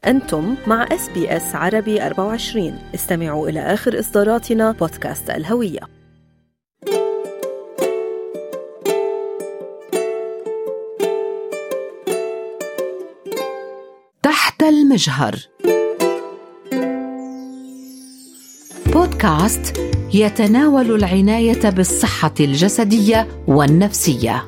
أنتم مع SBS عربي 24. استمعوا إلى آخر إصداراتنا بودكاست الهوية. تحت المجهر، بودكاست يتناول العناية بالصحة الجسدية والنفسية.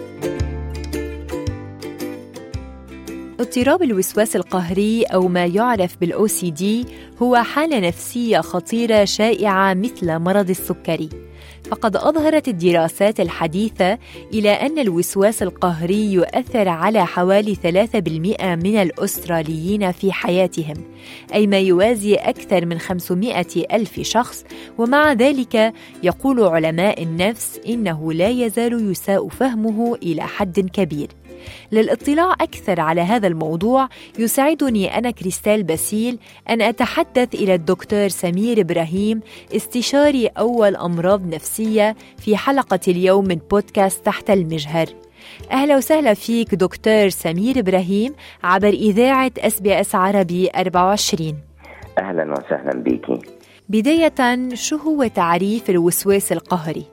اضطراب الوسواس القهري أو ما يعرف بالOCD هو حالة نفسية خطيرة شائعة مثل مرض السكري، فقد أظهرت الدراسات الحديثة إلى أن الوسواس القهري يؤثر على حوالي 3% من الأستراليين في حياتهم، أي ما يوازي أكثر من 500,000 شخص. ومع ذلك يقول علماء النفس إنه لا يزال يساء فهمه إلى حد كبير. للاطلاع أكثر على هذا الموضوع يسعدني أنا كريستال باسيل أن أتحدث إلى الدكتور سمير إبراهيم، استشاري أول أمراض نفسية، في حلقة اليوم من بودكاست تحت المجهر. أهلا وسهلا فيك دكتور سمير إبراهيم عبر إذاعة SBS عربي 24. أهلا وسهلا بيكي. بداية، شو هو تعريف الوسواس القهري؟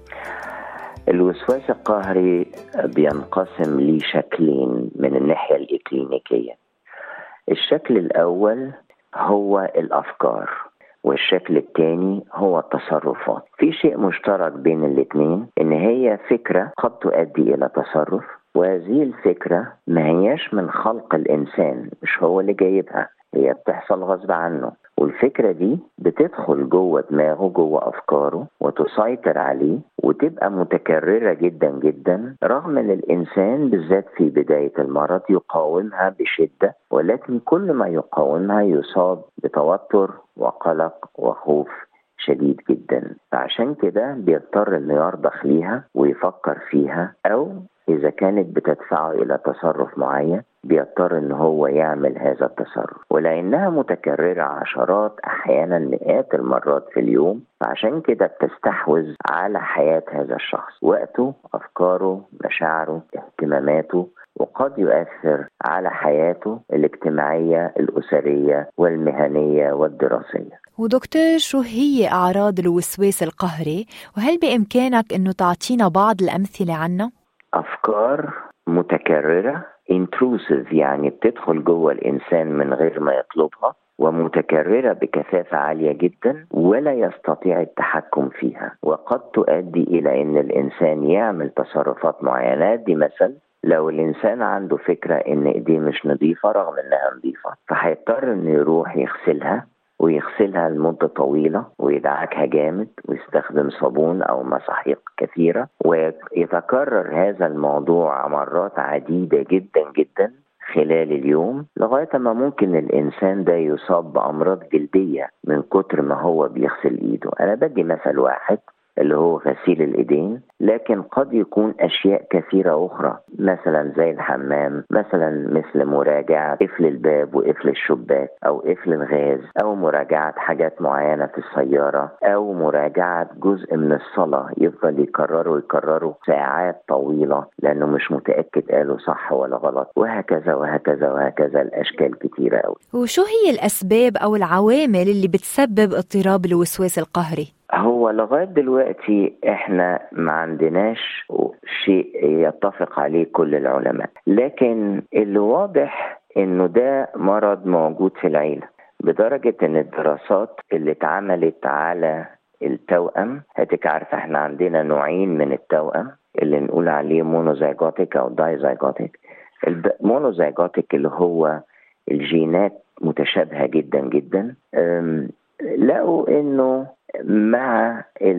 الوسواس القهري بينقسم لشكلين من الناحية الإكلينيكية. الشكل الأول هو الأفكار، والشكل الثاني هو التصرفات. في شيء مشترك بين الاثنين، إن هي فكرة قد تؤدي إلى تصرف، وهذه الفكرة ما هياش من خلق الإنسان، مش هو اللي جايبها، هي بتحصل غصب عنه، والفكرة دي بتدخل جوه دماغه، جوه أفكاره، وتسيطر عليه، وتبقى متكررة جدا جدا، رغم أن الإنسان بالذات في بداية المرض يقاومها بشدة، ولكن كل ما يقاومها يصاب بتوتر وقلق وخوف شديد جدا. فعشان كده بيضطر أنه يرضخ ليها ويفكر فيها، أو إذا كانت بتدفعه إلى تصرف معين بيضطر إن هو يعمل هذا التصرف. ولأنها متكررة عشرات أحيانا مئات المرات في اليوم، فعشان كده بتستحوذ على حياة هذا الشخص، وقته، أفكاره، مشاعره، اهتماماته، وقد يؤثر على حياته الاجتماعية، الأسرية والمهنية والدراسية. ودكتور، شو هي أعراض الوسواس القهري؟ وهل بإمكانك أنه تعطينا بعض الأمثلة عنها؟ أفكار متكررة intrusive، يعني بتدخل جوه الإنسان من غير ما يطلبها، ومتكررة بكثافة عالية جدا ولا يستطيع التحكم فيها، وقد تؤدي إلى أن الإنسان يعمل تصرفات معينة. دي مثل لو الإنسان عنده فكرة أن إيديه مش نظيفة رغم أنها نظيفة، فهيضطر أنه يروح يغسلها لمدة طويلة ويدعكها جامد ويستخدم صابون أو مساحيق كثيرة، ويتكرر هذا الموضوع مرات عديدة جدا جدا خلال اليوم، لغاية ما ممكن الإنسان ده يصاب بأمراض جلدية من كتر ما هو بيغسل إيده. أنا بدي مثل واحد اللي هو غسيل الإيدين، لكن قد يكون أشياء كثيرة أخرى، مثلا زي الحمام، مثلا مثل مراجعة قفل الباب وقفل الشباك، أو قفل الغاز، أو مراجعة حاجات معينة في السيارة، أو مراجعة جزء من الصلاة يفضل يكرره ساعات طويلة لأنه مش متأكد قاله صح ولا غلط، وهكذا وهكذا وهكذا، الأشكال كثيرة أوي. وشو هي الأسباب أو العوامل اللي بتسبب اضطراب الوسواس القهري؟ هو لغاية دلوقتي احنا ما عندناش شيء يتفق عليه كل العلماء، لكن اللي واضح انه ده مرض موجود في العيلة، بدرجة ان الدراسات اللي اتعملت على التوأم، هتك عارفة احنا عندنا نوعين من التوأم اللي نقول عليه مونوزايجوتيك او دايزايجوتيك. المونوزايجوتيك اللي هو الجينات متشابهة جدا جدا، لقوا انه مع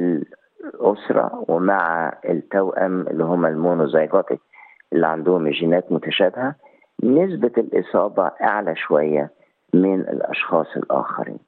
الأسرة ومع التوأم اللي هم المونوزايجوتيك اللي عندهم الجينات متشابهة، نسبة الإصابة أعلى شوية من الأشخاص الآخرين.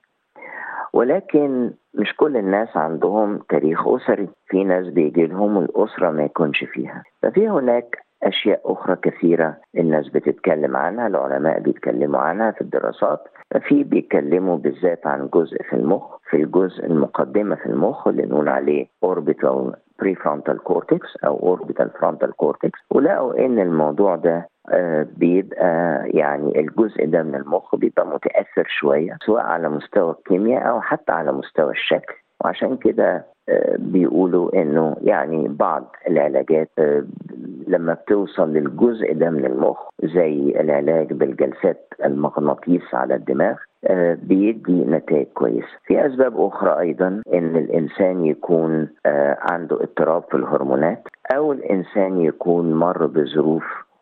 ولكن مش كل الناس عندهم تاريخ أسري، في ناس بيجي لهم الأسرة ما يكونش فيها، ففي هناك أشياء أخرى كثيرة الناس بتتكلم عنها، العلماء بيتكلموا عنها في الدراسات. ففي بيتكلموا بالذات عن جزء في المخ، في الجزء المقدمة في المخ اللي نقول عليه orbital prefrontal cortex أو orbital frontal cortex، ولقوا إن الموضوع ده بيبقى يعني الجزء ده من المخ بيبقى متأثر شوية، سواء على مستوى الكيمياء أو حتى على مستوى الشكل. وعشان كده بيقولوا إنه يعني بعض العلاجات لما بتوصل للجزء ده من المخ، زي العلاج بالجلسات المغناطيس على الدماغ، بيدي نتائج كويسة. في أسباب أخرى أيضا إن الإنسان يكون عنده اضطراب في الهرمونات، أو الإنسان يكون مر بظروف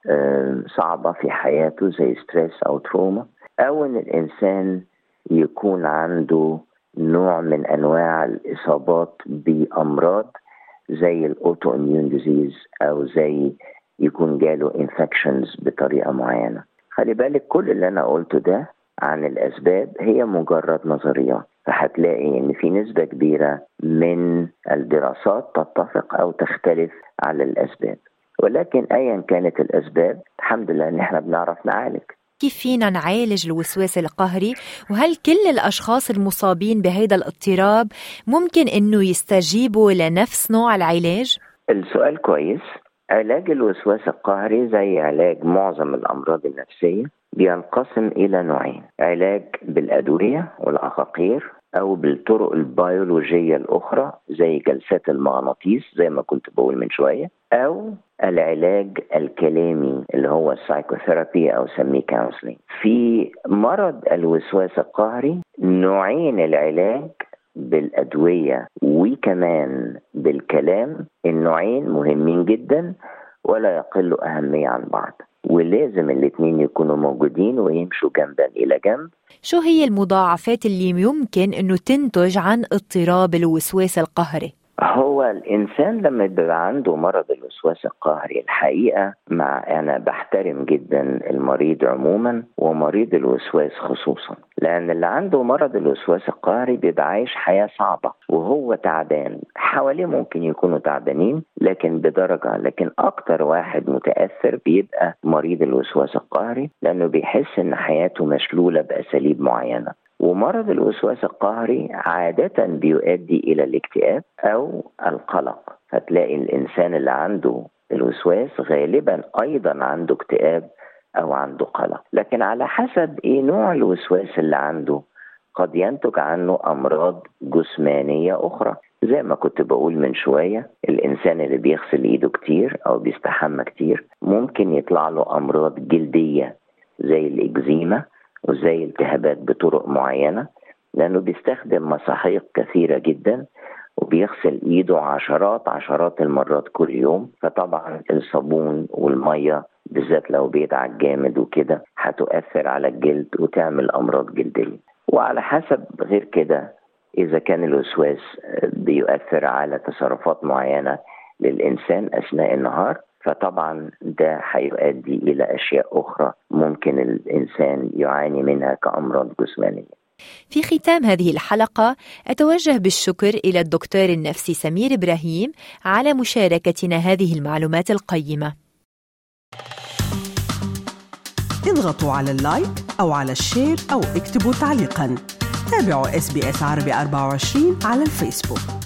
صعبة في حياته زي ستريس أو تروما، أو إن الإنسان يكون عنده نوع من أنواع الإصابات بأمراض زي الأوتو إميون ديزيز، أو زي يكون جاله انفكشنز بطريقة معينة. خلي بالك كل اللي أنا قلته ده عن الأسباب هي مجرد نظريات، فهتلاقي إن في نسبة كبيرة من الدراسات تتفق أو تختلف على الأسباب، ولكن أيا كانت الأسباب الحمد لله إن احنا بنعرف نعالج. كيف فينا نعالج الوسواس القهري؟ وهل كل الأشخاص المصابين بهذا الاضطراب ممكن إنه يستجيبوا لنفس نوع العلاج؟ السؤال كويس. علاج الوسواس القهري زي علاج معظم الأمراض النفسية بينقسم إلى نوعين: علاج بالأدوية والعقاقير، أو بالطرق البيولوجية الأخرى زي جلسات المغناطيس زي ما كنت بقول من شوية، أو العلاج الكلامي اللي هو السايكوثيرابي أو سميه كونسلينج. في مرض الوسواس القهري نوعين العلاج بالأدوية وكمان بالكلام، النوعين مهمين جدا ولا يقلوا أهمية عن بعض، ولازم الاثنين يكونوا موجودين ويمشوا جنبا إلى جنب. شو هي المضاعفات اللي يمكن أنه تنتج عن اضطراب الوسواس القهري؟ هو الإنسان لما يبقى عنده مرض الوسواس القهري، الحقيقة أنا بحترم جدا المريض عموما ومريض الوسواس خصوصا، لأن اللي عنده مرض الوسواس القهري بيبقى عايش حياة صعبة وهو تعبان. حواليه ممكن يكونوا تعبانين لكن بدرجة، لكن أكتر واحد متأثر بيبقى مريض الوسواس القهري، لأنه بيحس إن حياته مشلولة بأساليب معينة. ومرض الوسواس القهري عادة بيؤدي إلى الاكتئاب أو القلق، فتلاقي الإنسان اللي عنده الوسواس غالبا أيضا عنده اكتئاب أو عنده قلق. لكن على حسب إيه نوع الوسواس اللي عنده قد ينتج عنه أمراض جسمانية أخرى. زي ما كنت بقول من شوية، الإنسان اللي بيغسل إيده كتير أو بيستحمى كتير ممكن يطلع له أمراض جلدية زي الإكزيما وزي التهابات بطرق معينة، لأنه بيستخدم مساحيق كثيرة جدا وبيغسل إيده عشرات المرات كل يوم. فطبعا الصابون والمية بالذات لو بيدعك جامد وكده هتؤثر على الجلد وتعمل أمراض جلدية. وعلى حسب غير كده إذا كان الوسواس بيؤثر على تصرفات معينة للإنسان أثناء النهار، فطبعا ده هيؤدي إلى أشياء أخرى ممكن الإنسان يعاني منها كأمراض جسمانية. في ختام هذه الحلقة أتوجه بالشكر إلى الدكتور النفسي سمير إبراهيم على مشاركتنا هذه المعلومات القيمة. اضغطوا على اللايك أو على الشير أو اكتبوا تعليقاً. تابعوا SBS عربي 24 على الفيسبوك.